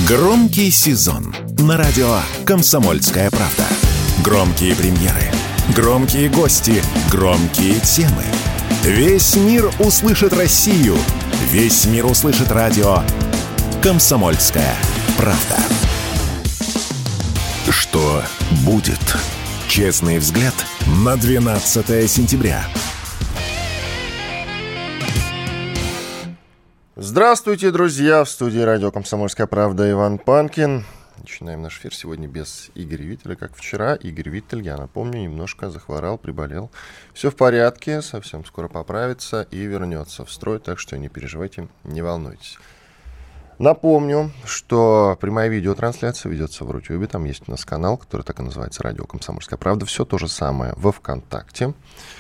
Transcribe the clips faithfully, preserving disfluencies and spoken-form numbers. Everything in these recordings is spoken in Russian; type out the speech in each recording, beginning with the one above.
Громкий сезон на радио «Комсомольская правда». Громкие премьеры, громкие гости, громкие темы. Весь мир услышит Россию. Весь мир услышит радио «Комсомольская правда». Что будет? Честный взгляд на двенадцатое сентября. Здравствуйте, друзья! В студии радио «Комсомольская правда» Иван Панкин. Начинаем наш эфир сегодня без Игоря Виттеля, как вчера. Игорь Виттель, я напомню, немножко захворал, приболел. Все в порядке, совсем скоро поправится и вернется в строй, так что не переживайте, не волнуйтесь. Напомню, что прямая видеотрансляция ведется в Рутюбе. Там есть у нас канал, который так и называется «Радио Комсомольская правда». Все то же самое во ВКонтакте.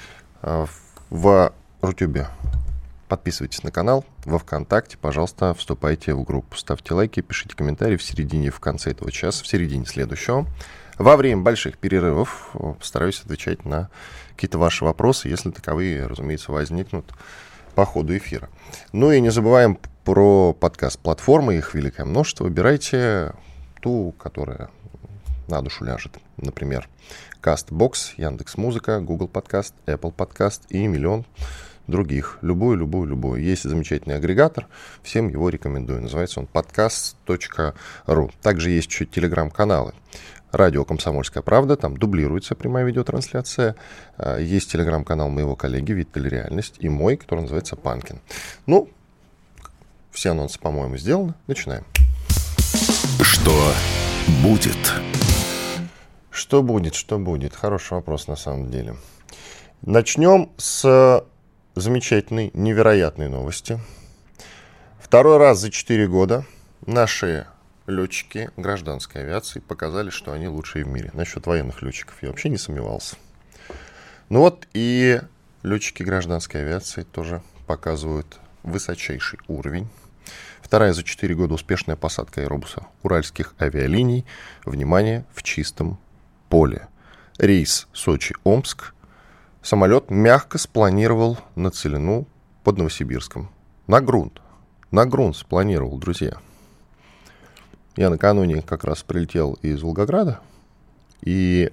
В Рутюбе подписывайтесь на канал. Во ВКонтакте, пожалуйста, вступайте в группу. Ставьте лайки, пишите комментарии в середине и в конце этого часа, в середине следующего. Во время больших перерывов постараюсь отвечать на какие-то ваши вопросы, если таковые, разумеется, возникнут по ходу эфира. Ну и не забываем про подкаст-платформы, их великое множество. Выбирайте ту, которая на душу ляжет. Например, CastBox, Яндекс.Музыка, Google Подкаст, Apple Подкаст и миллион других. Любую, любую, любую. Есть замечательный агрегатор, всем его рекомендую. Называется он подкаст точка ру. Также есть еще телеграм-каналы. Радио «Комсомольская правда», там дублируется прямая видеотрансляция. Есть телеграм-канал моего коллеги «Виттель. Реальность» и мой, который называется «Панкин». Ну, все анонсы, по-моему, сделаны. Начинаем. Что будет? Что будет, что будет? Хороший вопрос на самом деле. Начнем с замечательной, невероятной новости. Второй раз за четыре года наши летчики гражданской авиации показали, что они лучшие в мире. Насчет военных летчиков я вообще не сомневался. Ну вот и летчики гражданской авиации тоже показывают высочайший уровень. Вторая за четыре года успешная посадка аэробуса уральских авиалиний. Внимание, в чистом поле. Рейс Сочи-Омск. Самолет мягко спланировал на целину под Новосибирском. На грунт. На грунт спланировал, друзья. Я накануне как раз прилетел из Волгограда. И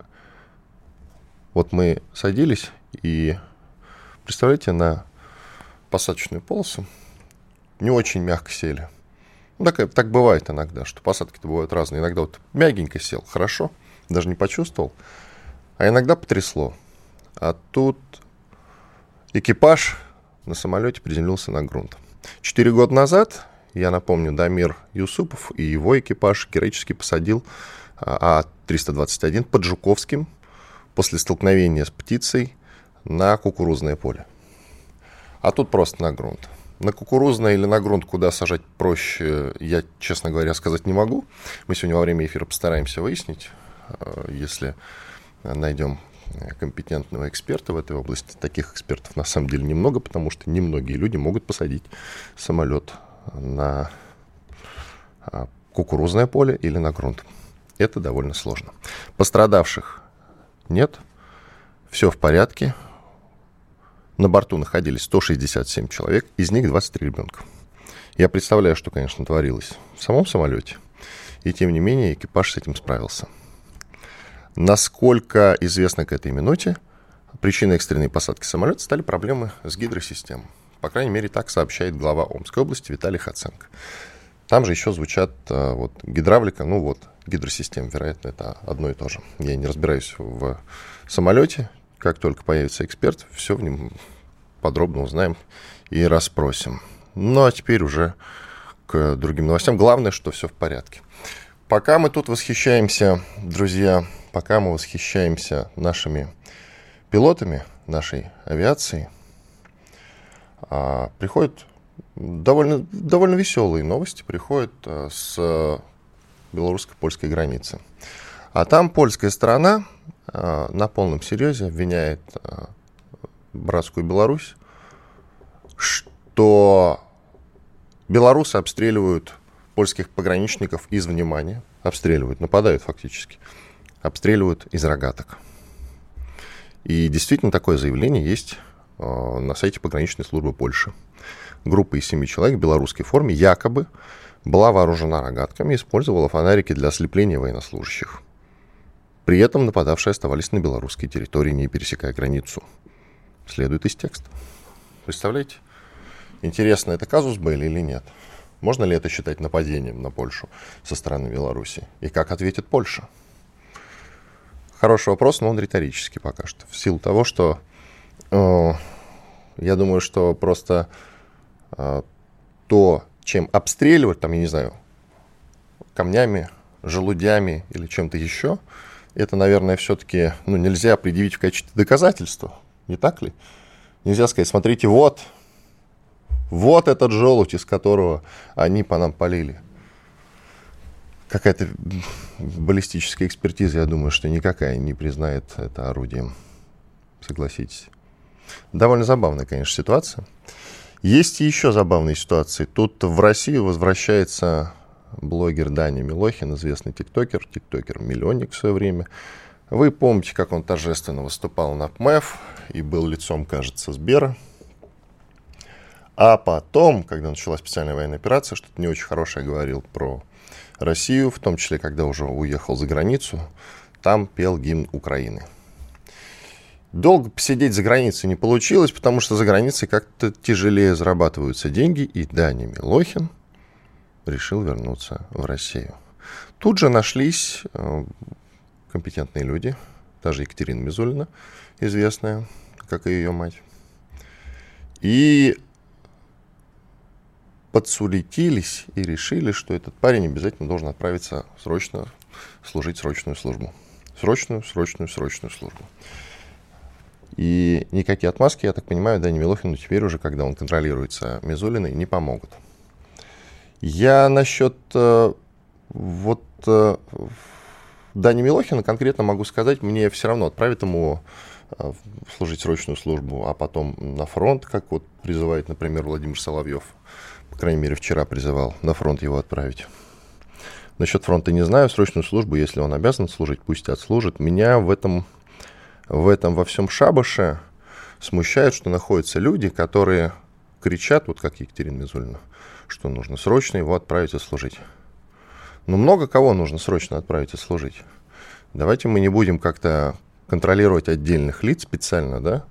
вот мы садились и, представляете, на посадочную полосу не очень мягко сели. Ну, так, так бывает иногда, что посадки-то бывают разные. Иногда вот мягенько сел, хорошо, даже не почувствовал. А иногда потрясло. А тут экипаж на самолете приземлился на грунт. Четыре года назад, я напомню, Дамир Юсупов и его экипаж героически посадил А триста двадцать один под Жуковским после столкновения с птицей на кукурузное поле. А тут просто на грунт. На кукурузное или на грунт, куда сажать проще, я, честно говоря, сказать не могу. Мы сегодня во время эфира постараемся выяснить, если найдем компетентного эксперта в этой области. Таких экспертов на самом деле немного, потому что немногие люди могут посадить самолет на кукурузное поле или на грунт. Это довольно сложно. Пострадавших нет. Все в порядке. На борту находились сто шестьдесят семь человек, из них двадцать три ребенка. Я представляю, что, конечно, творилось в самом самолете. И тем не менее экипаж с этим справился. Насколько известно к этой минуте, причиной экстренной посадки самолета стали проблемы с гидросистемой. По крайней мере, так сообщает глава Омской области Виталий Хоценко. Там же еще звучат вот, гидравлика, ну вот, гидросистема, вероятно, это одно и то же. Я не разбираюсь в самолете. Как только появится эксперт, все в нем подробно узнаем и расспросим. Ну, а теперь уже к другим новостям. Главное, что все в порядке. Пока мы тут восхищаемся, друзья, пока мы восхищаемся нашими пилотами, нашей авиацией, а, приходят довольно, довольно веселые новости, приходят а, с белорусско-польской границы. А там польская сторона а, на полном серьезе обвиняет а, братскую Беларусь, что белорусы обстреливают польских пограничников из внимания, обстреливают, нападают фактически, обстреливают из рогаток. И действительно такое заявление есть э, на сайте пограничной службы Польши. Группа из семи человек в белорусской форме якобы была вооружена рогатками и использовала фонарики для ослепления военнослужащих. При этом нападавшие оставались на белорусской территории, не пересекая границу. Следует из текста. Представляете? Интересно, это казус белли или нет? Можно ли это считать нападением на Польшу со стороны Беларуси? И как ответит Польша? Хороший вопрос, но он риторический пока что. В силу того, что э, я думаю, что просто э, то, чем обстреливать, там, я не знаю, камнями, желудями или чем-то еще, это, наверное, все-таки ну, нельзя предъявить в качестве доказательства. Не так ли? Нельзя сказать, смотрите, вот, вот этот желудь, из которого они по нам полили. Какая-то баллистическая экспертиза, я думаю, что никакая не признает это орудием. Согласитесь. Довольно забавная, конечно, ситуация. Есть и еще забавные ситуации. Тут в Россию возвращается блогер Даня Милохин, известный тиктокер, тиктокер-миллионник в свое время. Вы помните, как он торжественно выступал на ПМЭФ и был лицом, кажется, Сбера. А потом, когда началась специальная военная операция, что-то не очень хорошее говорил про Россию, в том числе, когда уже уехал за границу, там пел гимн Украины. Долго посидеть за границей не получилось, потому что за границей как-то тяжелее зарабатываются деньги, и Даня Милохин решил вернуться в Россию. Тут же нашлись э, компетентные люди, даже Екатерина Мизулина, известная, как и ее мать, и подсуетились и решили, что этот парень обязательно должен отправиться срочно служить срочную службу. Срочную, срочную, срочную службу. И никакие отмазки, я так понимаю, Дане Милохину теперь уже, когда он контролируется Мизулиной, не помогут. Я насчет э, вот э, Дани Милохина конкретно могу сказать, мне все равно отправят ему э, служить срочную службу, а потом на фронт, как вот призывает, например, Владимир Соловьев. По крайней мере, вчера призывал на фронт его отправить. Насчет фронта не знаю, срочную службу, если он обязан служить, пусть отслужит. Меня в этом, в этом во всем шабаше смущает, что находятся люди, которые кричат, вот как Екатерина Мизулина, что нужно срочно его отправить отслужить. Но много кого нужно срочно отправить отслужить. Давайте мы не будем как-то контролировать отдельных лиц специально, да?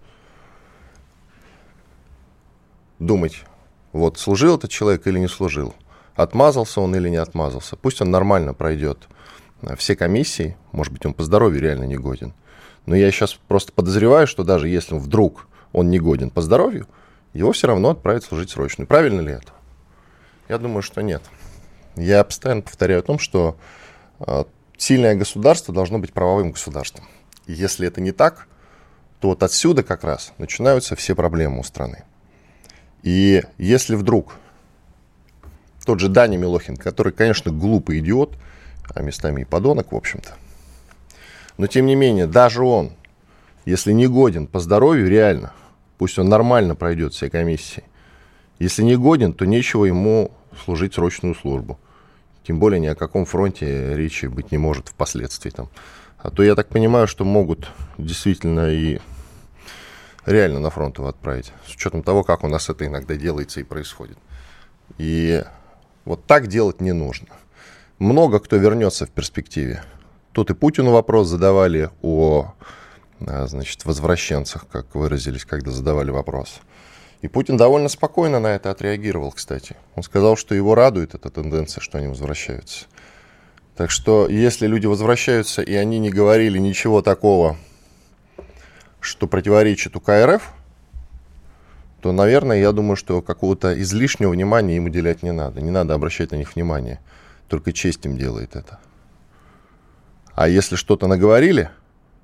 Думать, вот служил этот человек или не служил, отмазался он или не отмазался. Пусть он нормально пройдет все комиссии, может быть, он по здоровью реально не годен. Но я сейчас просто подозреваю, что даже если вдруг он не годен по здоровью, его все равно отправят служить срочную. Правильно ли это? Я думаю, что нет. Я постоянно повторяю о том, что э, сильное государство должно быть правовым государством. И если это не так, то вот отсюда как раз начинаются все проблемы у страны. И если вдруг тот же Даня Милохин, который, конечно, глупый идиот, а местами и подонок, в общем-то, но тем не менее, даже он, если не годен по здоровью, реально, пусть он нормально пройдет все комиссии, если не годен, то нечего ему служить срочную службу. Тем более ни о каком фронте речи быть не может впоследствии. Там. А то я так понимаю, что могут действительно и реально на фронт его отправить. С учетом того, как у нас это иногда делается и происходит. И вот так делать не нужно. Много кто вернется в перспективе. Тут и Путину вопрос задавали о, значит, возвращенцах, как выразились, когда задавали вопрос. И Путин довольно спокойно на это отреагировал, кстати. Он сказал, что его радует эта тенденция, что они возвращаются. Так что, если люди возвращаются, и они не говорили ничего такого, что противоречит УК РФ, то, наверное, я думаю, что какого-то излишнего внимания им уделять не надо. Не надо обращать на них внимание. Только честь им делает это. А если что-то наговорили,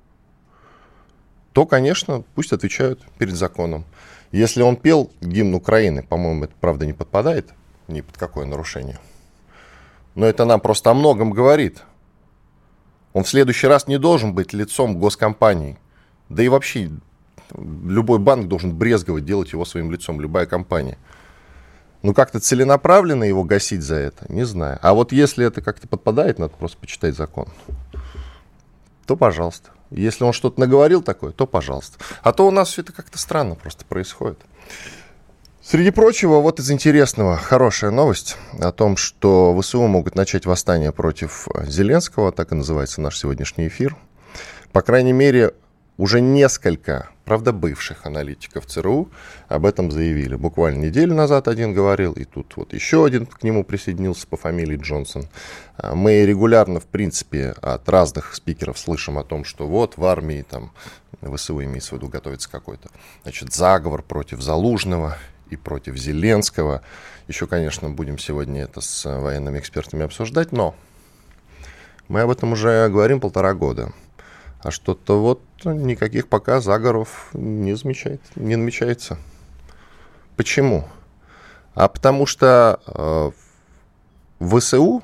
то, конечно, пусть отвечают перед законом. Если он пел гимн Украины, по-моему, это, правда, не подпадает ни под какое нарушение. Но это нам просто о многом говорит. Он в следующий раз не должен быть лицом госкомпании. Да и вообще любой банк должен брезговать, делать его своим лицом, любая компания. Ну, как-то целенаправленно его гасить за это, не знаю. А вот если это как-то подпадает, надо просто почитать закон, то пожалуйста. Если он что-то наговорил такое, то пожалуйста. А то у нас все это как-то странно просто происходит. Среди прочего, вот из интересного, хорошая новость о том, что ВСУ могут начать восстание против Зеленского, так и называется наш сегодняшний эфир. По крайней мере, уже несколько, правда, бывших аналитиков ЦРУ об этом заявили. Буквально неделю назад один говорил, и тут вот еще один к нему присоединился по фамилии Джонсон. Мы регулярно, в принципе, от разных спикеров слышим о том, что вот в армии, там, ВСУ имеется в виду, готовится какой-то, значит, заговор против Залужного и против Зеленского. Еще, конечно, будем сегодня это с военными экспертами обсуждать, но мы об этом уже говорим полтора года. А что-то вот никаких пока заговоров не замечает, не намечается. Почему? А потому что э, ВСУ,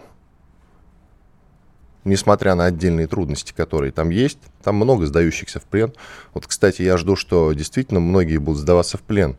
несмотря на отдельные трудности, которые там есть, там много сдающихся в плен. Вот, кстати, я жду, что действительно многие будут сдаваться в плен.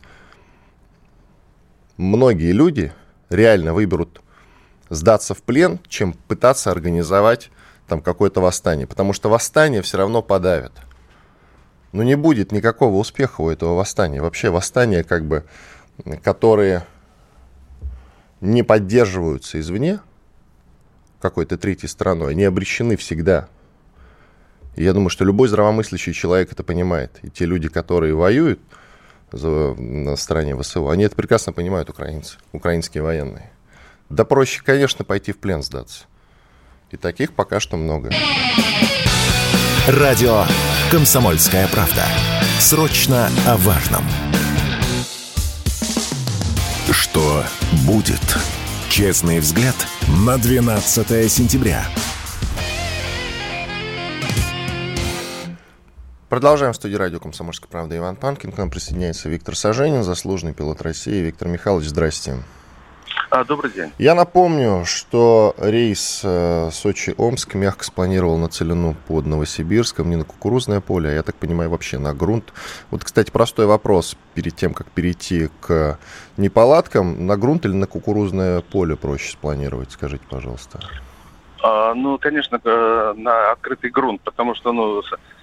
Многие люди реально выберут сдаться в плен, чем пытаться организовать там какое-то восстание. Потому что восстание все равно подавят. Но не будет никакого успеха у этого восстания. Вообще восстания, как бы, которые не поддерживаются извне какой-то третьей стороной, они обречены всегда. И я думаю, что любой здравомыслящий человек это понимает. И те люди, которые воюют на стороне ВСУ, они это прекрасно понимают, украинцы, украинские военные. Да проще, конечно, пойти в плен сдаться. И таких пока что много. Радио «Комсомольская правда». Срочно о важном. Что будет? Честный взгляд на двенадцатое сентября. Продолжаем в студии радио «Комсомольская правда». Иван Панкин. К нам присоединяется Виктор Саженин, заслуженный пилот России. Виктор Михайлович, здрасте. А, добрый день. Я напомню, что рейс э, Сочи-Омск мягко спланировал на Целину под Новосибирском, не на кукурузное поле, а, я так понимаю, вообще на грунт. Вот, кстати, простой вопрос перед тем, как перейти к неполадкам. На грунт или на кукурузное поле проще спланировать? Скажите, пожалуйста. А, ну, конечно, на открытый грунт, потому что, ну,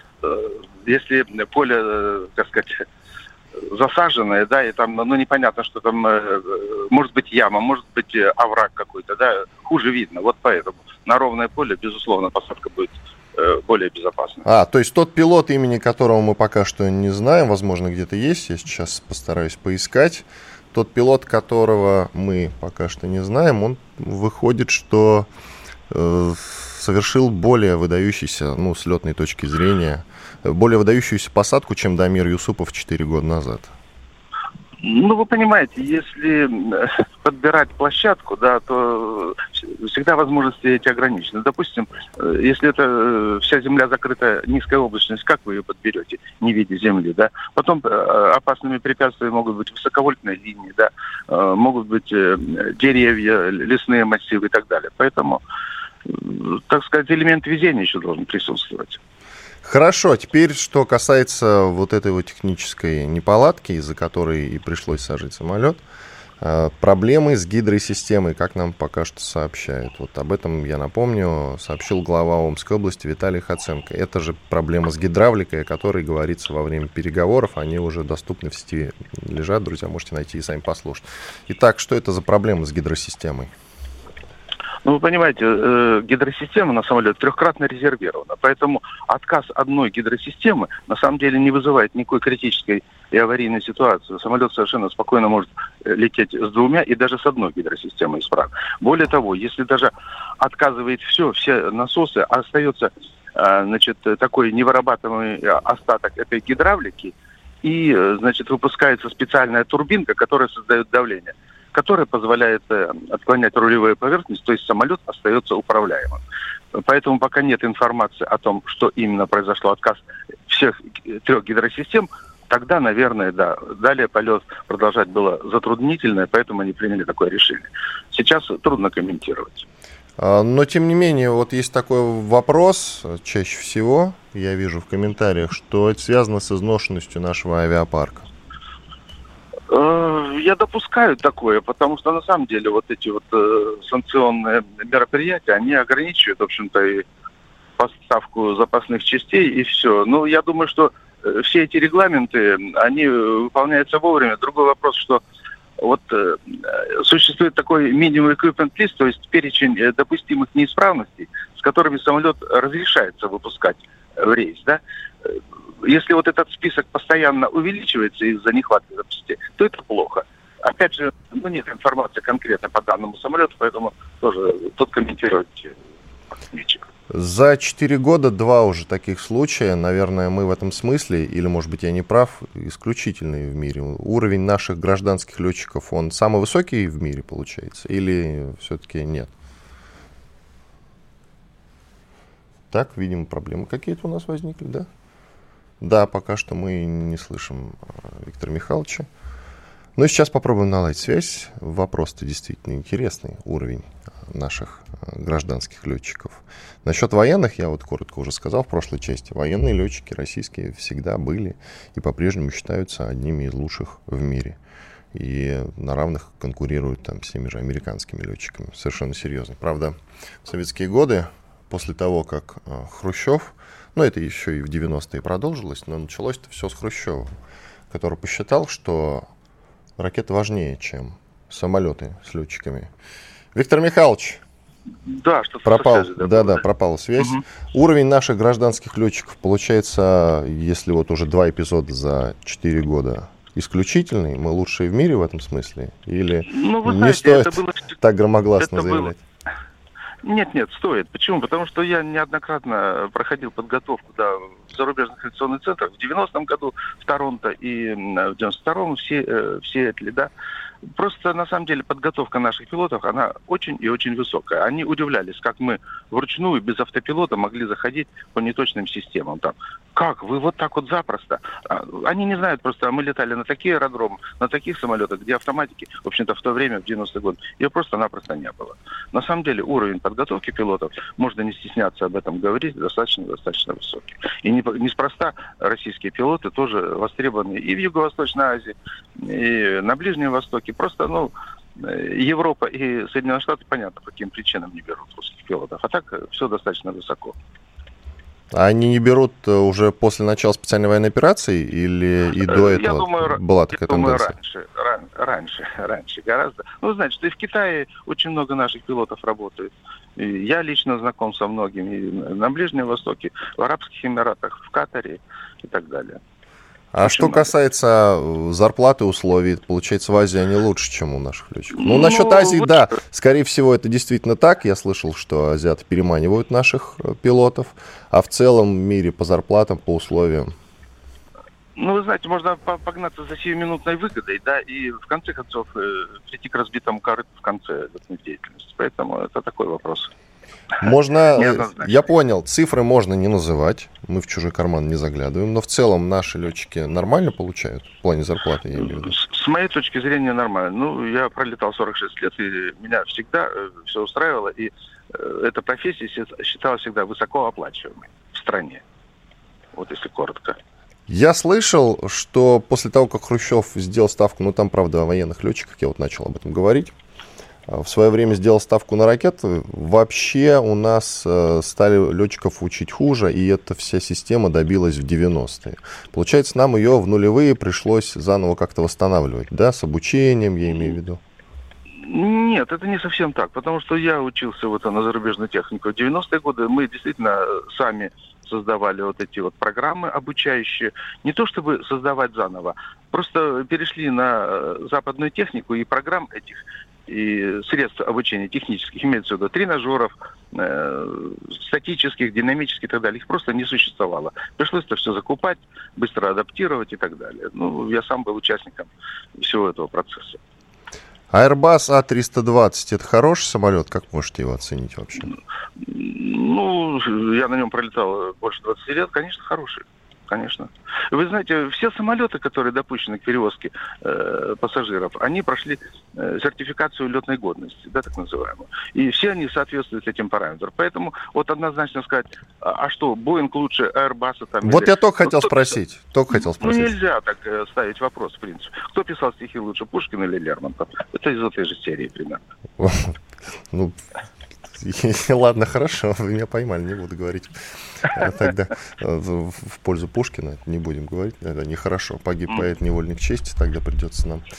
если поле, так сказать, засаженное, да, и там, ну, непонятно, что там, может быть, яма, может быть, овраг какой-то, да, хуже видно. Вот поэтому на ровное поле, безусловно, посадка будет более безопасна. А, то есть тот пилот, имени которого мы пока что не знаем, возможно, где-то есть, я сейчас постараюсь поискать. Тот пилот, которого мы пока что не знаем, он выходит, что э, совершил более выдающийся, ну, с летной точки зрения, более выдающуюся посадку, чем Дамир Юсупов четыре года назад. Ну, вы понимаете, если подбирать площадку, да, то всегда возможности эти ограничены. Допустим, если это вся земля закрыта низкой облачностью, как вы ее подберете, не видя земли, да? Потом опасными препятствиями могут быть высоковольтные линии, да, могут быть деревья, лесные массивы и так далее. Поэтому, так сказать, элемент везения еще должен присутствовать. Хорошо, теперь, что касается вот этой вот технической неполадки, из-за которой и пришлось сажать самолет, проблемы с гидросистемой, как нам пока что сообщают. Вот об этом, я напомню, сообщил глава Омской области Виталий Хоценко. Это же проблема с гидравликой, о которой говорится во время переговоров. Они уже доступны в сети, лежат, друзья, можете найти и сами послушать. Итак, что это за проблема с гидросистемой? Ну, вы понимаете, э, гидросистема на самолете трехкратно резервирована, поэтому отказ одной гидросистемы на самом деле не вызывает никакой критической и аварийной ситуации. Самолет совершенно спокойно может лететь с двумя и даже с одной гидросистемой исправно. Более того, если даже отказывает все, все насосы, а остается э, значит, такой невырабатываемый остаток этой гидравлики, и, значит, выпускается специальная турбинка, которая создает давление, которая позволяет э, отклонять рулевую поверхность, то есть самолет остается управляемым. Поэтому пока нет информации о том, что именно произошло, отказ всех трех гидросистем, тогда, наверное, да. Далее полет продолжать было затруднительно, поэтому они приняли такое решение. Сейчас трудно комментировать. Но, тем не менее, вот есть такой вопрос, чаще всего, я вижу в комментариях, что это связано с изношенностью нашего авиапарка. Я допускаю такое, потому что на самом деле вот эти вот э, санкционные мероприятия, они ограничивают, в общем-то, и поставку запасных частей, и все. Ну, я думаю, что все эти регламенты, они выполняются вовремя. Другой вопрос, что Вот э, существует такой минимум equipment list, то есть перечень э, допустимых неисправностей, с которыми самолет разрешается выпускать в рейс, да. Если вот этот список постоянно увеличивается из-за нехватки запчастей, то это плохо. Опять же, ну, нет информации конкретно по данному самолету, поэтому тоже тут комментировать нечего. За четыре года два уже таких случая. Наверное, мы в этом смысле, или, может быть, я не прав, исключительный в мире. Уровень наших гражданских летчиков, он самый высокий в мире, получается? Или все-таки нет? Так, видимо, проблемы какие-то у нас возникли, да? Да, пока что мы не слышим Виктора Михайловича. Но сейчас попробуем наладить связь. Вопрос-то действительно интересный, уровень наших гражданских летчиков. Насчет военных, я вот коротко уже сказал в прошлой части, военные летчики российские всегда были и по-прежнему считаются одними из лучших в мире. И на равных конкурируют там с теми же американскими летчиками. Совершенно серьезно. Правда, в советские годы, после того, как э, Хрущев, ну это еще и в девяностые продолжилось, но началось это все с Хрущева, который посчитал, что ракеты важнее, чем самолеты с летчиками. Виктор Михайлович, да, что пропал, связи, да, да, да, пропала связь. Угу. Уровень наших гражданских летчиков получается, если вот уже два эпизода за четыре года, исключительный, мы лучшие в мире в этом смысле, или ну, вы не знаете, стоит это было... так громогласно это заявлять? Было... Нет, нет, стоит. Почему? Потому что я неоднократно проходил подготовку да, в зарубежных авиационных центрах в девяностом году в Торонто и в девяносто втором в Сиэтле, да. Просто, на самом деле, подготовка наших пилотов, она очень и очень высокая. Они удивлялись, как мы вручную, без автопилота, могли заходить по неточным системам. Там, как? Вы вот так вот запросто? Они не знают просто, мы летали на такие аэродромы, на таких самолетах, где автоматики, в общем-то, в то время, в девяностые годы, ее просто-напросто не было. На самом деле, уровень подготовки пилотов, можно не стесняться об этом говорить, достаточно-достаточно высокий. И не, неспроста российские пилоты тоже востребованы и в Юго-Восточной Азии, и на Ближнем Востоке. Просто, ну, Европа и Соединенные Штаты, понятно, по каким причинам не берут русских пилотов. А так все достаточно высоко. А они не берут уже после начала специальной военной операции или и до этого я думаю, была такая я думаю, тенденция? раньше, ран, раньше, раньше гораздо. Ну, знаете, что и в Китае очень много наших пилотов работает. И я лично знаком со многими и на Ближнем Востоке, в Арабских Эмиратах, в Катаре и так далее. А Очень что много. касается зарплаты, условий, получается, в Азии они лучше, чем у наших летчиков. Ну, Ну, насчет Азии, вот да, скорее всего, это действительно так. Я слышал, что азиаты переманивают наших пилотов, а в целом в мире по зарплатам, по условиям. Ну, вы знаете, можно погнаться за сиюминутной выгодой, да, и в конце концов э, прийти к разбитому корыту в конце летной деятельности. Поэтому это такой вопрос. Можно, Неоднозначно. я понял, цифры можно не называть, мы в чужой карман не заглядываем, но в целом наши летчики нормально получают в плане зарплаты, я имею в виду? С, с моей точки зрения нормально. Ну, я пролетал сорок шесть лет, и меня всегда э, все устраивало, и э, эта профессия считалась всегда высокооплачиваемой в стране. Вот если коротко. Я слышал, что после того, как Хрущев сделал ставку, ну там, правда, о военных летчиках, я вот начал об этом говорить, в свое время сделал ставку на ракеты, вообще у нас э, стали летчиков учить хуже, и эта вся система добилась в девяностые. Получается, нам ее в нулевые пришлось заново как-то восстанавливать, да, с обучением, я имею в виду. Нет, это не совсем так, потому что я учился вот на зарубежную технику в девяностые годы, мы действительно сами создавали вот эти вот программы обучающие, не то чтобы создавать заново, просто перешли на западную технику, и программ этих, и средств обучения технических, имеется в виду тренажеров, э, статических, динамических и так далее, их просто не существовало. Пришлось это все закупать, быстро адаптировать и так далее. Ну, я сам был участником всего этого процесса. Airbus а триста двадцать это хороший самолет, как можете его оценить вообще? Ну, я на нем пролетал больше двадцати лет, конечно, хороший. Конечно. Вы знаете, все самолеты, которые допущены к перевозке э, пассажиров, они прошли э, сертификацию летной годности, да, так называемую. И все они соответствуют этим параметрам. Поэтому вот однозначно сказать, а, а что, Боинг лучше Airbus? Там, вот или... я только хотел ну, спросить. Только хотел спросить. Ну, нельзя так э, ставить вопрос, в принципе. Кто писал стихи лучше, Пушкин или Лермонтов? Это из этой же серии примерно. Ну, ладно, хорошо, вы меня поймали, не буду говорить тогда в пользу Пушкина, не будем говорить, это нехорошо. Погиб поэт, невольник чести, тогда придется нам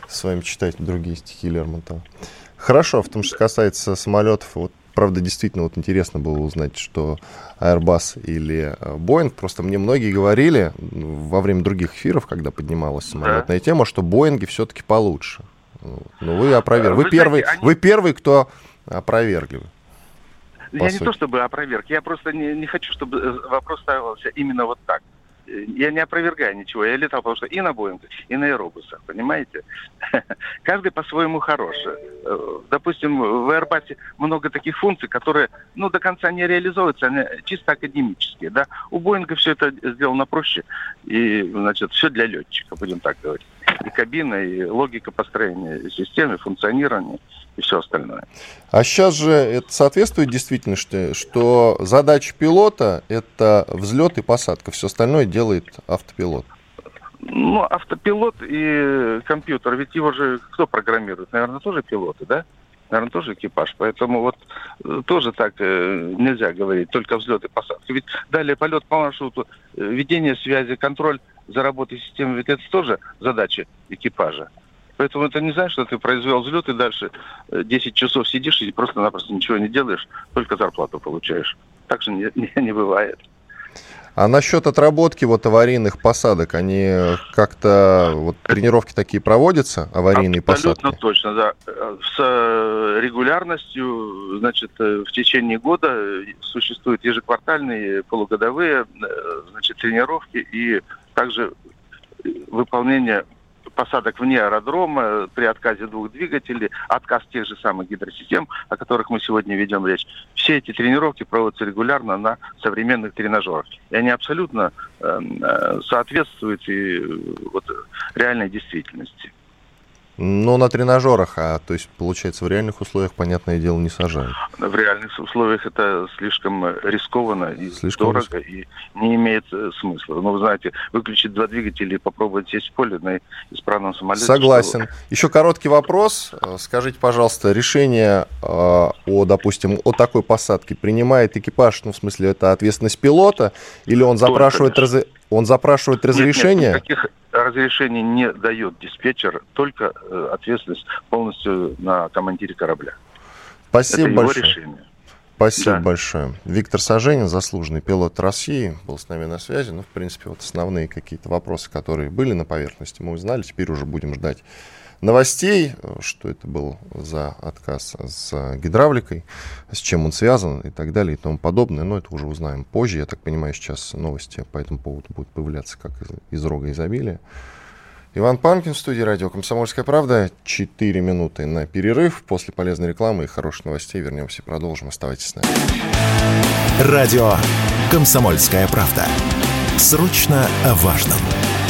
с вами читать другие стихи Лермонтова. Хорошо, в том, что касается самолетов, вот, правда, действительно вот интересно было узнать, что Airbus или Boeing, просто мне многие говорили во время других эфиров, когда поднималась самолетная да. тема, что Боинги все-таки получше. Ну, вы опровергли. Вы, вы, первый, знаете, они... вы первый, кто опровергли. Я сути. не то чтобы опроверг, я просто не, не хочу, чтобы вопрос ставился именно вот так. Я не опровергаю ничего, я летал, потому что и на Боингах, и на Airbus'ах, понимаете? Каждый по-своему хорош. Допустим, в Airbus много таких функций, которые, ну, до конца не реализуются, они чисто академические, да? У Боинга все это сделано проще, и, значит, все для летчика, будем так говорить. И кабина, и логика построения системы, функционирования, и все остальное. А сейчас же это соответствует действительности, что задача пилота – это взлет и посадка. Все остальное делает автопилот. Ну, автопилот и компьютер, ведь его же кто программирует? Наверное, тоже пилоты, да? Наверное, тоже экипаж. Поэтому вот тоже так э, нельзя говорить, только взлет и посадка. Ведь далее полет по маршруту, ведение связи, контроль за работой системы, ведь это тоже задача экипажа. Поэтому это не значит, что ты произвел взлет и дальше десять часов сидишь и просто-напросто ничего не делаешь, только зарплату получаешь. Так же не, не, не бывает. А насчет отработки вот аварийных посадок, они как-то, вот тренировки такие проводятся, аварийные Абсолютно посадки? Точно, да. С регулярностью, значит, в течение года существуют ежеквартальные, полугодовые, значит, тренировки и также выполнение посадок вне аэродрома, при отказе двух двигателей, отказ тех же самых гидросистем, о которых мы сегодня ведем речь. Все эти тренировки проводятся регулярно на современных тренажерах. И они абсолютно э, соответствуют и, вот, реальной действительности. Но на тренажерах, а то есть, получается, в реальных условиях, понятное дело, не сажают. В реальных условиях это слишком рискованно и слишком дорого, риск... и не имеет смысла. Ну, вы знаете, выключить два двигателя и попробовать сесть в поле на исправном самолете. Согласен. Что... Еще короткий вопрос. Скажите, пожалуйста, решение э, о, допустим, о такой посадке принимает экипаж, ну, в смысле, это ответственность пилота, или он запрашивает, раз... он запрашивает разрешение? Нет, нет, никаких разрешений не дает диспетчер, только э, ответственность полностью на командире корабля. Спасибо Это большое. Его решение. Спасибо да. большое. Виктор Саженин, заслуженный пилот России, был с нами на связи. Ну, в принципе, вот основные какие-то вопросы, которые были на поверхности, мы узнали. Теперь уже будем ждать новостей, что это был за отказ с гидравликой, с чем он связан и так далее и тому подобное. Но это уже узнаем позже. Я так понимаю, сейчас новости по этому поводу будут появляться как из, из рога изобилия. Иван Панкин в студии радио «Комсомольская правда». Четыре минуты на перерыв. После полезной рекламы и хороших новостей вернемся и продолжим. Оставайтесь с нами. Радио «Комсомольская правда». Срочно о важном.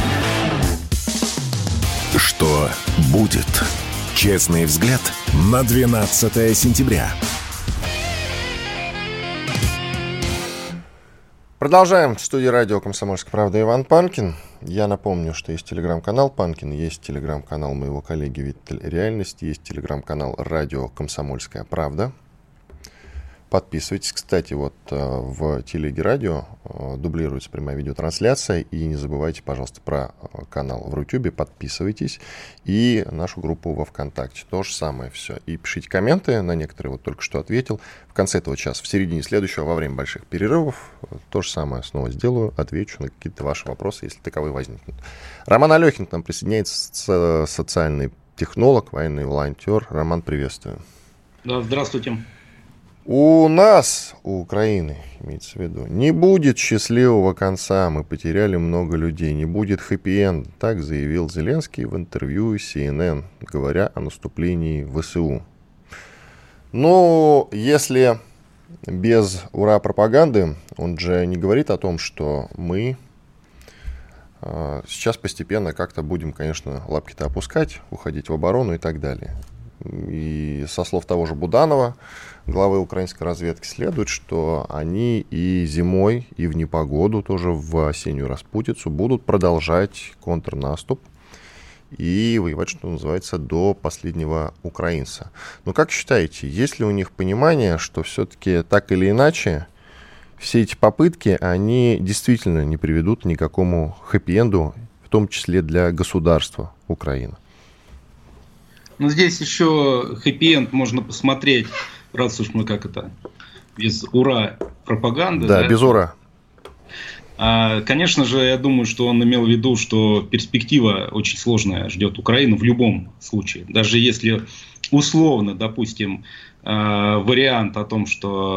Что будет? Честный взгляд на двенадцатое сентября. Продолжаем. В студии радио «Комсомольская правда» Иван Панкин. Я напомню, что есть телеграм-канал Панкин, есть телеграм-канал моего коллеги Виттель Реальность, есть телеграм-канал радио «Комсомольская правда». Подписывайтесь. Кстати, вот в телеге радио дублируется прямая видеотрансляция. И не забывайте, пожалуйста, про канал в Рутюбе. Подписывайтесь. И нашу группу во ВКонтакте. То же самое все. И пишите комменты. На некоторые вот только что ответил. В конце этого часа, в середине следующего, во время больших перерывов, то же самое снова сделаю. Отвечу на какие-то ваши вопросы, если таковые возникнут. Роман Алехин к нам присоединяется, социальный технолог, военный волонтер. Роман, приветствую. Да, здравствуйте. У нас, у Украины, имеется в виду, не будет счастливого конца, мы потеряли много людей, не будет хэппи-энда, так заявил Зеленский в интервью си эн эн, говоря о наступлении ВСУ. Ну, если без ура-пропаганды, он же не говорит о том, что мы э, сейчас постепенно как-то будем, конечно, лапки-то опускать, уходить в оборону и так далее. И со слов того же Буданова, главы украинской разведки, следует, что они и зимой, и в непогоду, тоже в осеннюю распутицу, будут продолжать контрнаступ и воевать, что называется, до последнего украинца. Но как считаете, есть ли у них понимание, что все-таки так или иначе все эти попытки, они действительно не приведут ни к какому хэппи-энду, в том числе для государства Украины? Но здесь еще хэппи-энд можно посмотреть, раз уж мы как это, без ура пропаганды. Да, да? без ура. А, конечно же, я думаю, что он имел в виду, что перспектива очень сложная ждет Украину в любом случае. Даже если условно, допустим, вариант о том,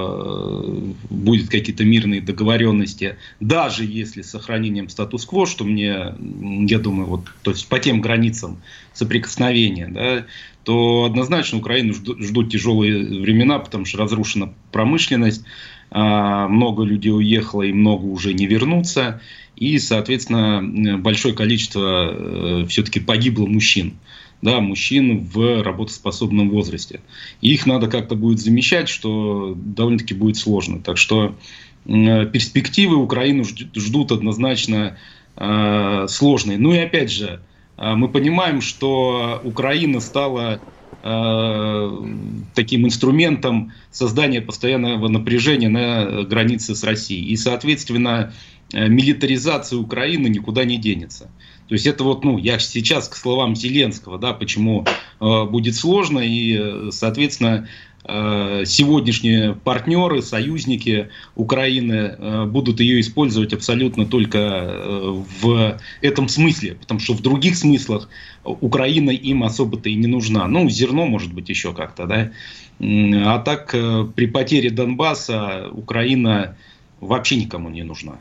что будут какие-то мирные договоренности, даже если с сохранением статус-кво, что мне, я думаю, вот, то есть по тем границам соприкосновения, да, то однозначно Украину ждут, ждут тяжелые времена, потому что разрушена промышленность, много людей уехало и много уже не вернутся, и, соответственно, большое количество все-таки погибло мужчин. Да, мужчин в работоспособном возрасте. И их надо как-то будет замещать, что довольно-таки будет сложно. Так что э, перспективы Украину ждут однозначно э, сложные. Ну и опять же, э, мы понимаем, что Украина стала э, таким инструментом создания постоянного напряжения на границе с Россией. И, соответственно, э, милитаризация Украины никуда не денется. То есть это вот, ну, я сейчас к словам Зеленского, да, почему э, будет сложно, и, соответственно, э, сегодняшние партнеры, союзники Украины э, будут ее использовать абсолютно только э, в этом смысле, потому что в других смыслах Украина им особо-то и не нужна. Ну, зерно, может быть, еще как-то, да. А так, э, при потере Донбасса Украина вообще никому не нужна.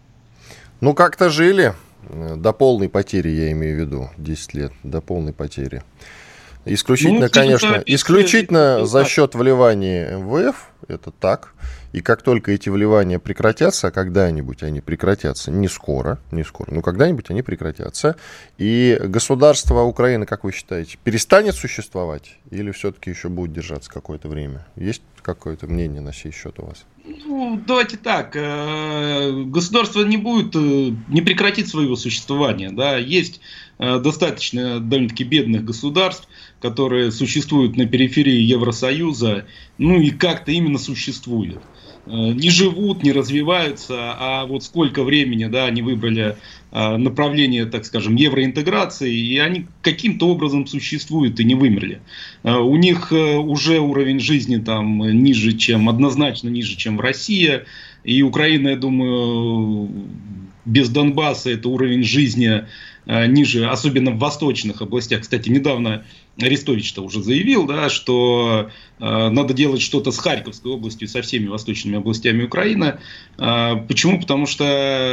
Ну, как-то жили. До полной потери, я имею в виду, десять лет, до полной потери. Исключительно, ну, конечно, исключительно за счет вливания эм вэ эф, это так. И как только эти вливания прекратятся, а когда-нибудь они прекратятся, не скоро, не скоро, но когда-нибудь они прекратятся, и государство Украины, как вы считаете, перестанет существовать или все-таки еще будет держаться какое-то время? Есть какое-то мнение на сей счет у вас? Ну, давайте так, государство не будет, не прекратит своего существования, да, есть достаточно довольно-таки бедных государств, которые существуют на периферии Евросоюза, ну и как-то именно существуют. Не живут, не развиваются, а вот сколько времени, да, они выбрали направление, так скажем, евроинтеграции, и они каким-то образом существуют и не вымерли. У них уже уровень жизни там ниже, чем, однозначно ниже, чем в России, и Украина, я думаю, без Донбасса это уровень жизни ниже, особенно в восточных областях. Кстати, недавно Арестович-то уже заявил, да, что э, надо делать что-то с Харьковской областью, со всеми восточными областями Украины. Э, почему? Потому что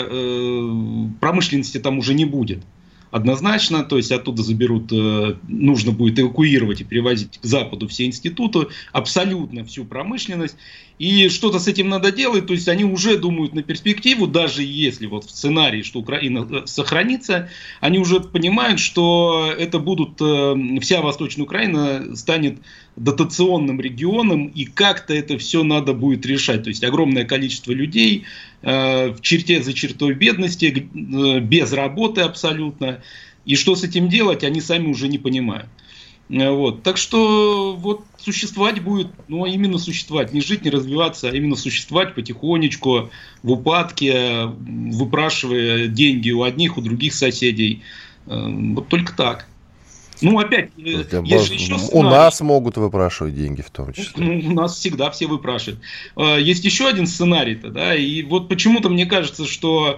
э, промышленности там уже не будет. Однозначно, то есть оттуда заберут, э, нужно будет эвакуировать и перевозить к западу все институты, абсолютно всю промышленность. И что-то с этим надо делать, то есть они уже думают на перспективу, даже если вот в сценарии, что Украина сохранится, они уже понимают, что это будут, э, вся Восточная Украина станет дотационным регионом, и как-то это все надо будет решать. То есть огромное количество людей э, в черте за чертой бедности, э, без работы абсолютно. И что с этим делать, они сами уже не понимают. Вот. Так что вот существовать будет, ну именно существовать, не жить, не развиваться, а именно существовать потихонечку, в упадке, выпрашивая деньги у одних, у других соседей. Вот только так. Ну, опять, Это есть же еще у нас могут выпрашивать деньги в том числе. Ну, у нас всегда все выпрашивают. Есть еще один сценарий-то, да, и вот почему-то мне кажется, что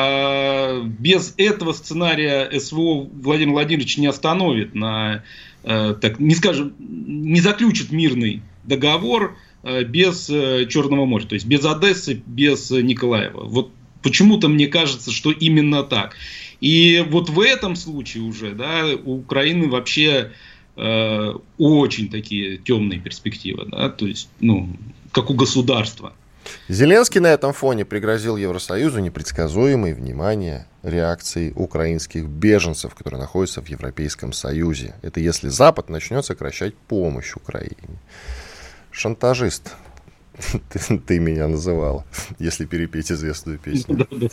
э, без этого сценария СВО Владимир Владимирович не остановит, на, э, так, не скажем, не заключит мирный договор э, без э, Черного моря, то есть без Одессы, без Николаева. Вот почему-то мне кажется, что именно так. И вот в этом случае уже, да, у Украины вообще э, очень такие темные перспективы, да, то есть, ну, как у государства. Зеленский на этом фоне пригрозил Евросоюзу непредсказуемой, внимание, реакцией украинских беженцев, которые находятся в Европейском Союзе. Это если Запад начнет сокращать помощь Украине. Шантажист. Ты, ты меня называла, если перепеть известную песню. Да, да.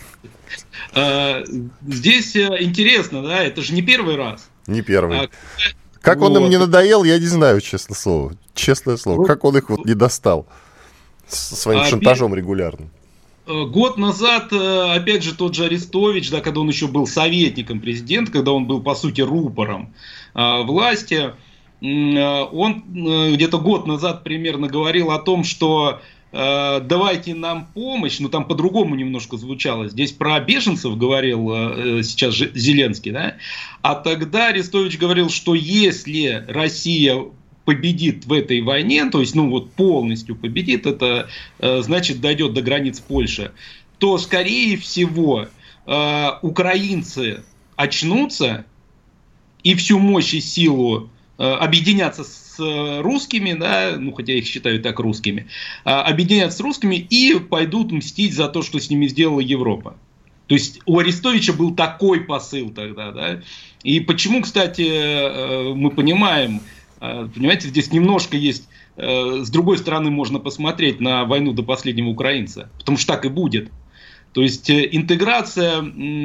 А, здесь интересно, да, это же не первый раз. Не первый. А, как вот. Он им не надоел, я не знаю, честное слово. Честное слово. Вот. Как он их вот не достал своим а, шантажом пер... регулярным. Год назад, опять же, тот же Арестович, да, когда он еще был советником президента, когда он был, по сути, рупором а, власти, он где-то год назад примерно говорил о том, что давайте нам помощь, ну там по-другому немножко звучало, здесь про беженцев говорил сейчас Зеленский, да, а тогда Арестович говорил, что если Россия победит в этой войне, то есть ну вот полностью победит, это значит дойдет до границ Польши, то скорее всего украинцы очнутся и всю мощь и силу объединятся с русскими, да, ну хотя их считают так русскими, объединятся с русскими и пойдут мстить за то, что с ними сделала Европа. То есть у Арестовича был такой посыл тогда, да. И почему, кстати, мы понимаем, понимаете, здесь немножко есть, с другой стороны можно посмотреть на войну до последнего украинца, потому что так и будет. То есть интеграция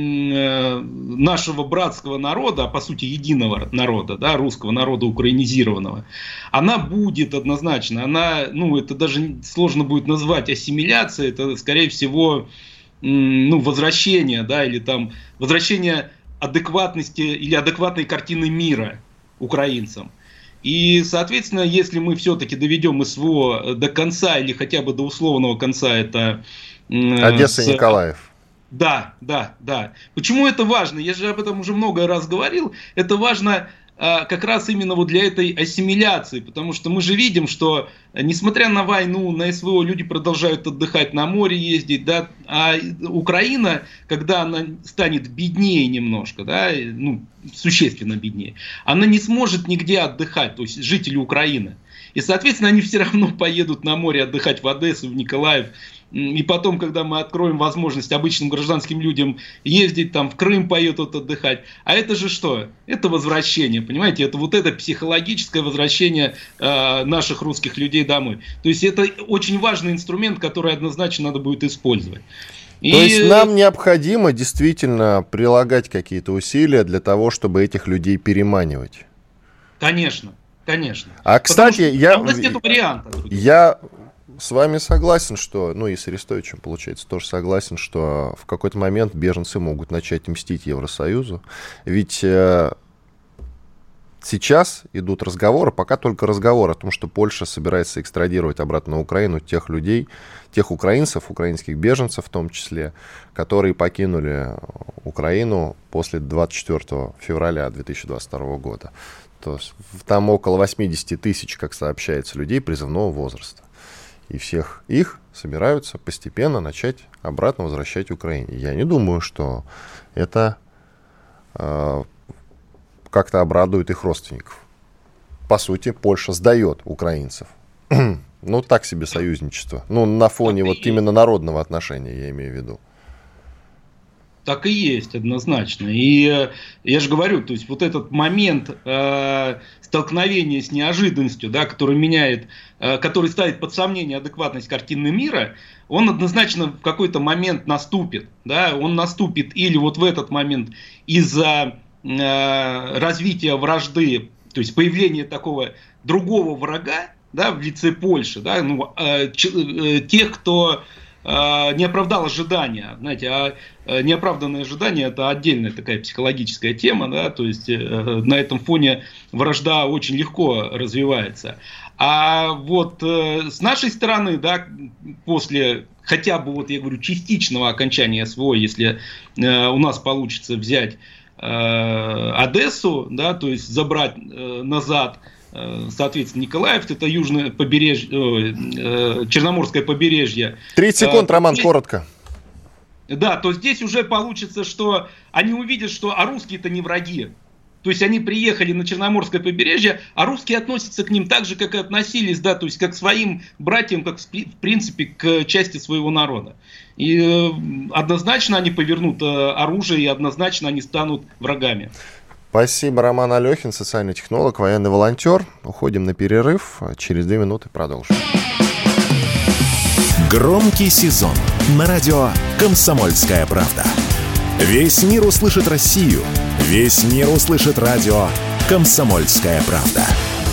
нашего братского народа, а по сути единого народа, да, русского народа украинизированного, она будет однозначно. Она, ну, это даже сложно будет назвать ассимиляцией, это скорее всего ну, возвращение, да, или там возвращение адекватности или адекватной картины мира украинцам. И, соответственно, если мы все-таки доведем СВО до конца или хотя бы до условного конца, это Одесса и с... Николаев. Да, да, да. Почему это важно? Я же об этом уже много раз говорил. Это важно а, как раз именно вот для этой ассимиляции, потому что мы же видим, что несмотря на войну, на СВО люди продолжают отдыхать, на море ездить, да, а Украина, когда она станет беднее немножко, да, ну, существенно беднее, она не сможет нигде отдыхать, то есть жители Украины. И, соответственно, они все равно поедут на море отдыхать в Одессу, в Николаев. И потом, когда мы откроем возможность обычным гражданским людям ездить там в Крым, поедут отдыхать. А это же что? Это возвращение, понимаете? Это вот это психологическое возвращение э, наших русских людей домой. То есть это очень важный инструмент, который однозначно надо будет использовать. И... То есть нам необходимо действительно прилагать какие-то усилия для того, чтобы этих людей переманивать? Конечно, конечно. А, кстати, я... у нас нет варианта. Я... С вами согласен, что, ну и с Арестовичем, получается, тоже согласен, что в какой-то момент беженцы могут начать мстить Евросоюзу. Ведь э, сейчас идут разговоры, пока только разговоры о том, что Польша собирается экстрадировать обратно на Украину тех людей, тех украинцев, украинских беженцев в том числе, которые покинули Украину после двадцать четвёртого февраля две тысячи двадцать второго года. То есть там около восемьдесят тысяч, как сообщается, людей призывного возраста. И всех их собираются постепенно начать обратно возвращать Украине. Я не думаю, что это э, как-то обрадует их родственников. По сути, Польша сдает украинцев. Ну, так себе союзничество. Ну, на фоне вот именно народного отношения, я имею в виду. Так и есть, однозначно. И э, я же говорю, то есть вот этот момент э, столкновения с неожиданностью, да, который меняет, э, который ставит под сомнение адекватность картины мира, он однозначно в какой-то момент наступит. Да, он наступит или вот в этот момент из-за э, развития вражды, то есть появления такого другого врага, да, в лице Польши, да, ну, э, ч, э, тех, кто... не оправдал ожидания, знаете, а неоправданные ожидания — это отдельная такая психологическая тема, да, то есть на этом фоне вражда очень легко развивается. А вот с нашей стороны, да, после хотя бы, вот я говорю, частичного окончания СВО, если у нас получится взять Одессу, да, то есть забрать назад, соответственно, Николаев, это южное побережье, э, Черноморское побережье. тридцать секунд, а, Роман, здесь, коротко. Да, то здесь уже получится, что они увидят, что а русские-то не враги. То есть они приехали на Черноморское побережье, а русские относятся к ним так же, как и относились, да, то есть как к своим братьям, как в принципе к части своего народа. И э, однозначно они повернут э, оружие, и однозначно они станут врагами. Спасибо, Роман Алехин, социальный технолог, военный волонтер. Уходим на перерыв. Через две минуты продолжим. Громкий сезон на радио «Комсомольская правда». Весь мир услышит Россию. Весь мир услышит радио «Комсомольская правда».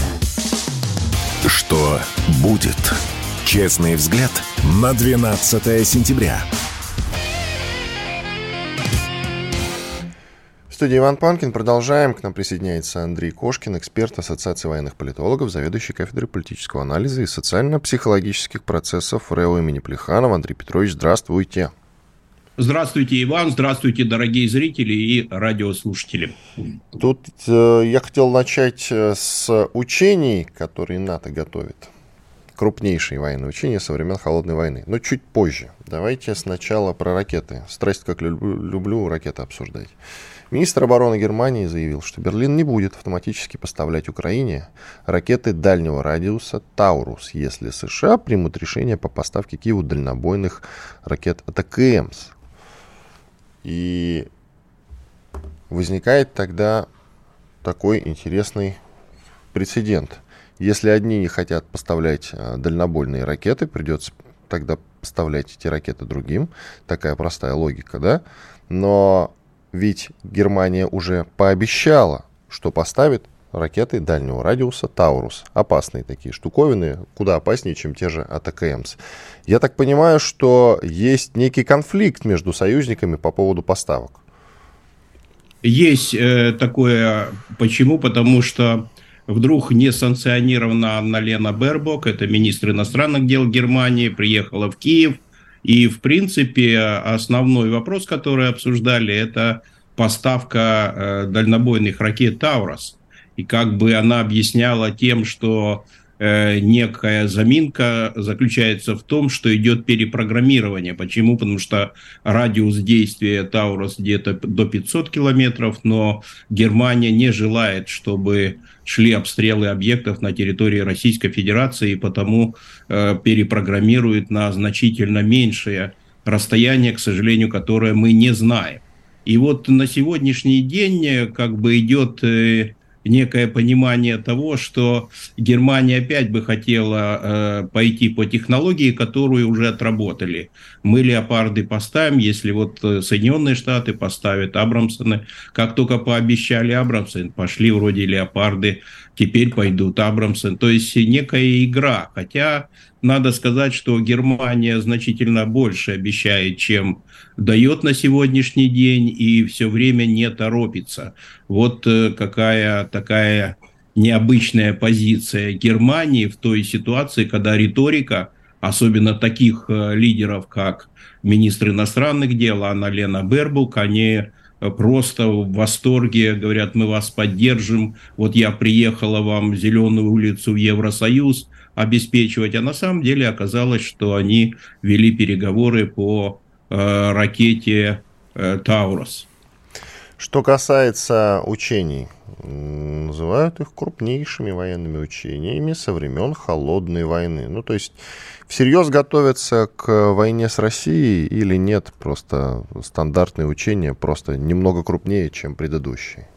Что будет? Честный взгляд на двенадцатое сентября. В студии Иван Панкин. Продолжаем. К нам присоединяется Андрей Кошкин, эксперт Ассоциации военных политологов, заведующий кафедрой политического анализа и социально-психологических процессов РЭО имени Плеханова. Андрей Петрович, здравствуйте. Здравствуйте, Иван. Здравствуйте, дорогие зрители и радиослушатели. Тут э, я хотел начать с учений, которые НАТО готовит. Крупнейшие военные учения со времен Холодной войны. Но чуть позже. Давайте сначала про ракеты. Страсть, как люблю, люблю ракеты обсуждать. Министр обороны Германии заявил, что Берлин не будет автоматически поставлять Украине ракеты дальнего радиуса «Таурус», если США примут решение по поставке Киеву дальнобойных ракет «Атакамс». И возникает тогда такой интересный прецедент. Если одни не хотят поставлять дальнобойные ракеты, придется тогда поставлять эти ракеты другим. Такая простая логика, да? Но ведь Германия уже пообещала, что поставит ракеты дальнего радиуса «Таурус». Опасные такие штуковины, куда опаснее, чем те же «Атакамс». Я так понимаю, что есть некий конфликт между союзниками по поводу поставок. Есть э, такое. Почему? Потому что вдруг несанкционированно Анна-Лена Бербок, это министр иностранных дел Германии, приехала в Киев. И, в принципе, основной вопрос, который обсуждали, это поставка э, дальнобойных ракет «Таурус». И как бы она объясняла тем, что э, некая заминка заключается в том, что идет перепрограммирование. Почему? Потому что радиус действия «Таурус» где-то до пятьсот километров, но Германия не желает, чтобы шли обстрелы объектов на территории Российской Федерации, и потому э, перепрограммирует на значительно меньшее расстояние, к сожалению, которое мы не знаем. И вот на сегодняшний день как бы идет э, некое понимание того, что Германия опять бы хотела э, пойти по технологии, которую уже отработали. Мы леопарды поставим, если вот Соединенные Штаты поставят Абрамсоны. Как только пообещали Абрамсон, пошли вроде леопарды, теперь пойдут Абрамсон. То есть некая игра. Хотя надо сказать, что Германия значительно больше обещает, чем дает на сегодняшний день, и все время не торопится. Вот какая такая необычная позиция Германии в той ситуации, когда риторика, особенно таких лидеров, как министр иностранных дел Анна-Лена Бербок, они просто в восторге, говорят, мы вас поддержим, вот я приехала вам Зеленую улицу в Евросоюз обеспечивать, а на самом деле оказалось, что они вели переговоры по э, ракете э, «Таурус». Что касается учений, называют их крупнейшими военными учениями со времен Холодной войны. Ну, то есть всерьез готовятся к войне с Россией или нет? Просто стандартные учения, просто немного крупнее, чем предыдущие.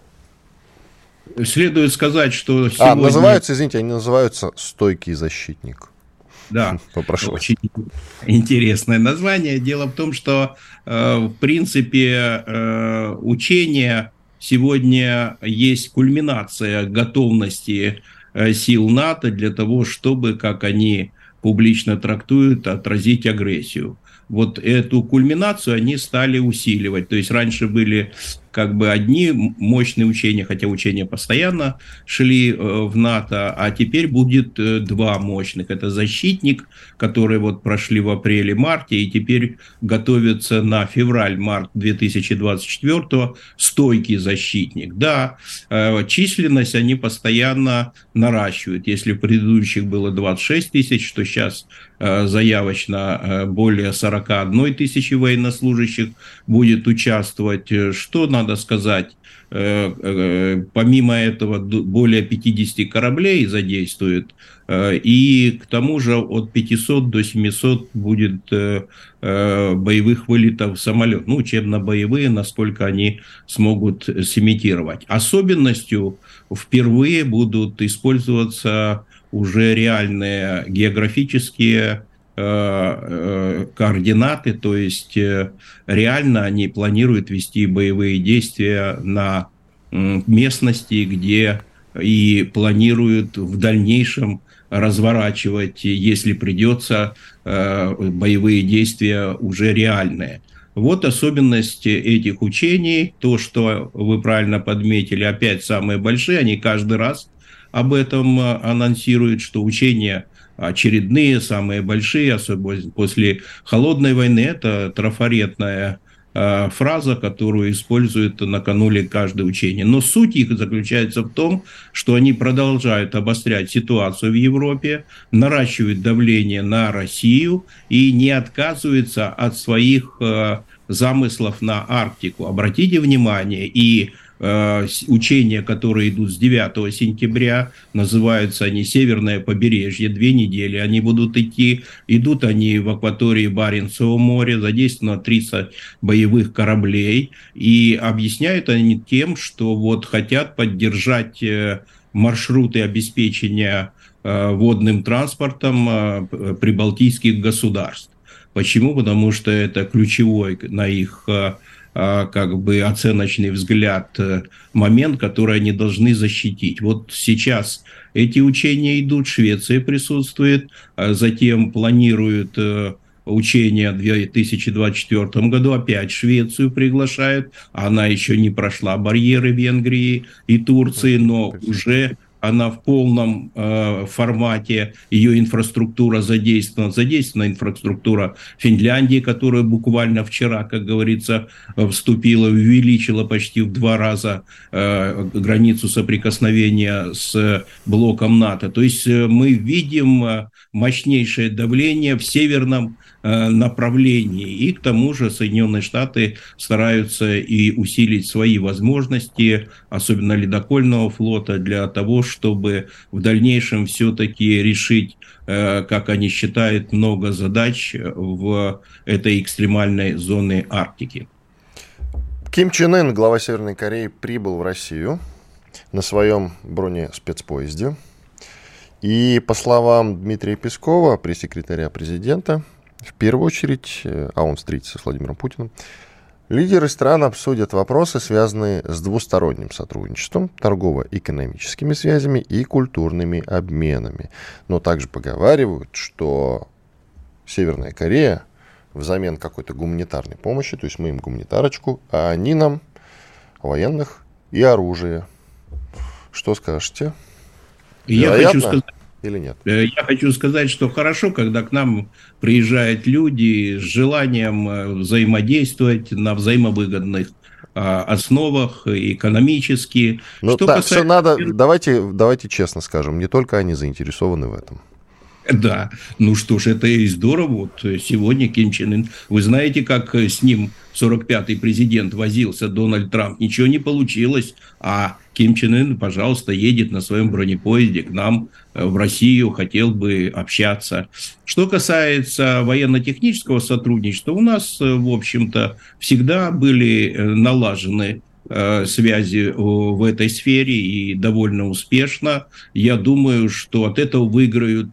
Следует сказать, что сегодня... А, называются, извините, они называются «Стойкий защитник». Да, попрошу. Очень интересное название. Дело в том, что, э, в принципе, э, учения сегодня есть кульминация готовности э, сил НАТО для того, чтобы, как они публично трактуют, отразить агрессию. Вот эту кульминацию они стали усиливать. То есть раньше были как бы одни мощные учения, хотя учения постоянно шли в НАТО, а теперь будет два мощных. Это «Защитник», которые вот прошли в апреле-марте и теперь готовятся на февраль-март две тысячи двадцать четвёртого, «Стойкий защитник». Да, численность они постоянно наращивают. Если в предыдущих было двадцать шесть тысяч, то сейчас заявочно более сорок одной тысячи военнослужащих будет участвовать. Что надо сказать? Помимо этого более пятьдесят кораблей задействуют, и к тому же от пятисот до семисот будет боевых вылетов в самолет, ну, учебно-боевые, насколько они смогут сымитировать. Особенностью впервые будут использоваться уже реальные географические координаты, то есть реально они планируют вести боевые действия на местности, где и планируют в дальнейшем разворачивать, если придется, боевые действия уже реальные. Вот особенность этих учений, то, что вы правильно подметили, опять самые большие, они каждый раз об этом анонсируют, что учения очередные, самые большие, особенно после холодной войны, это трафаретная фраза, которую используют накануне каждое учение. Но суть их заключается в том, что они продолжают обострять ситуацию в Европе, наращивают давление на Россию и не отказываются от своих э, замыслов на Арктику. Обратите внимание, и э, учения, которые идут с девятого сентября, называются они «Северное побережье», две недели они будут идти. Идут они в акватории Баренцева моря, задействовано тридцать боевых кораблей, и объясняют они тем, что вот хотят поддержать э, маршруты обеспечения э, водным транспортом э, прибалтийских государств. Почему? Потому что это ключевой на их э, как бы оценочный взгляд момент, который они должны защитить. Вот сейчас эти учения идут, Швеция присутствует, затем планируют учения в две тысячи двадцать четвёртом году, опять Швецию приглашают, она еще не прошла барьеры Венгрии и Турции, но уже она в полном э, формате, ее инфраструктура задействована, задействована инфраструктура Финляндии, которая буквально вчера, как говорится, вступила, увеличила почти в два раза э, границу соприкосновения с блоком НАТО. То есть э, мы видим мощнейшее давление в северном направлении. И к тому же Соединенные Штаты стараются и усилить свои возможности, особенно ледокольного флота, для того, чтобы в дальнейшем все-таки решить, как они считают, много задач в этой экстремальной зоне Арктики. Ким Чен Ын, глава Северной Кореи, прибыл в Россию на своем бронеспецпоезде. И, по словам Дмитрия Пескова, пресс-секретаря президента, в первую очередь, а он встретится с Владимиром Путиным, лидеры стран обсудят вопросы, связанные с двусторонним сотрудничеством, торгово-экономическими связями и культурными обменами. Но также поговаривают, что Северная Корея взамен какой-то гуманитарной помощи, то есть мы им гуманитарочку, а они нам военных и оружие. Что скажете? Я хочу сказать, или нет? Я хочу сказать, что хорошо, когда к нам приезжают люди с желанием взаимодействовать на взаимовыгодных а, основах, экономически. Ну, что так, касается... что надо, давайте, давайте честно скажем, не только они заинтересованы в этом. Да, ну что ж, это и здорово. Вот сегодня Ким Чен Ын, вы знаете, как с ним сорок пятый президент возился, Дональд Трамп, ничего не получилось, а Ким Чен Ын, пожалуйста, едет на своем бронепоезде к нам в Россию, хотел бы общаться. Что касается военно-технического сотрудничества, у нас, в общем-то, всегда были налажены связи в этой сфере и довольно успешно. Я думаю, что от этого выиграют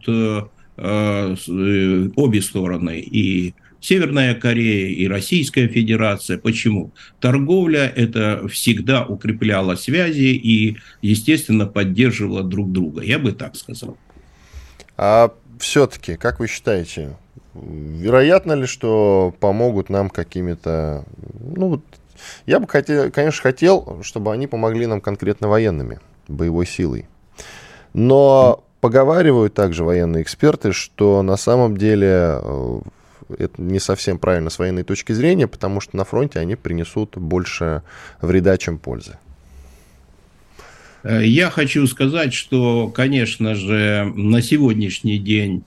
обе стороны, и Северная Корея, и Российская Федерация. Почему? Торговля это всегда укрепляла связи и, естественно, поддерживала друг друга. Я бы так сказал. А все-таки, как вы считаете, вероятно ли, что помогут нам какими-то... Ну, я бы, хотел, конечно, хотел, чтобы они помогли нам конкретно военными, боевой силой. Но поговаривают также военные эксперты, что на самом деле это не совсем правильно с военной точки зрения, потому что на фронте они принесут больше вреда, чем пользы. Я хочу сказать, что, конечно же, на сегодняшний день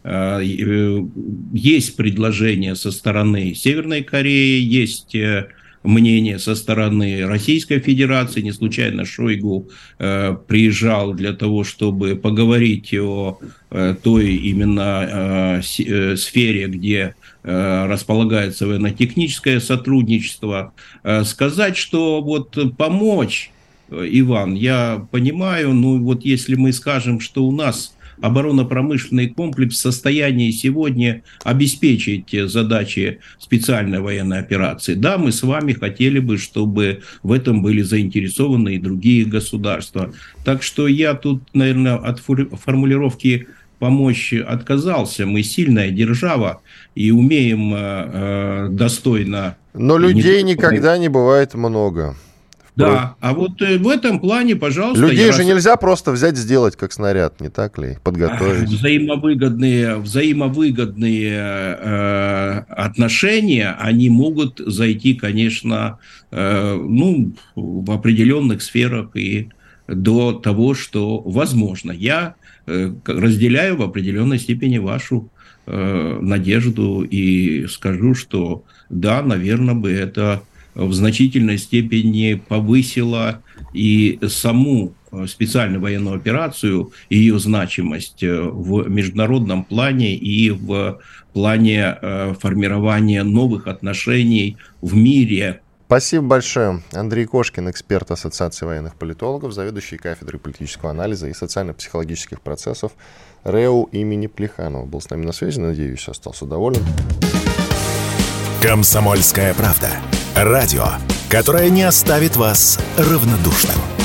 есть предложения со стороны Северной Кореи, есть мнение со стороны Российской Федерации. Не случайно Шойгу э, приезжал для того, чтобы поговорить о э, той именно э, с, э, сфере, где э, располагается военно-техническое сотрудничество. Э, сказать, что вот помочь, э, Иван, я понимаю, ну вот если мы скажем, что у нас оборонно-промышленный комплекс в состоянии сегодня обеспечить задачи специальной военной операции. Да, мы с вами хотели бы, чтобы в этом были заинтересованы и другие государства. Так что я тут, наверное, от формулировки «помочь» отказался. Мы сильная держава и умеем э, достойно Но людей не никогда не бывает много. Да, а вот в этом плане, пожалуйста... Людей же раз... нельзя просто взять, сделать как снаряд, не так ли? Подготовить. Взаимовыгодные, взаимовыгодные э, отношения, они могут зайти, конечно, э, ну, в определенных сферах и до того, что возможно. Я э, разделяю в определенной степени вашу э, надежду и скажу, что да, наверное, бы это... в значительной степени повысила и саму специальную военную операцию, и ее значимость в международном плане и в плане формирования новых отношений в мире. Спасибо большое. Андрей Кошкин, эксперт Ассоциации военных политологов, заведующий кафедрой политического анализа и социально-психологических процессов РЭУ имени Плеханова, был с нами на связи. Надеюсь, остался доволен. «Комсомольская правда». Радио, которое не оставит вас равнодушным.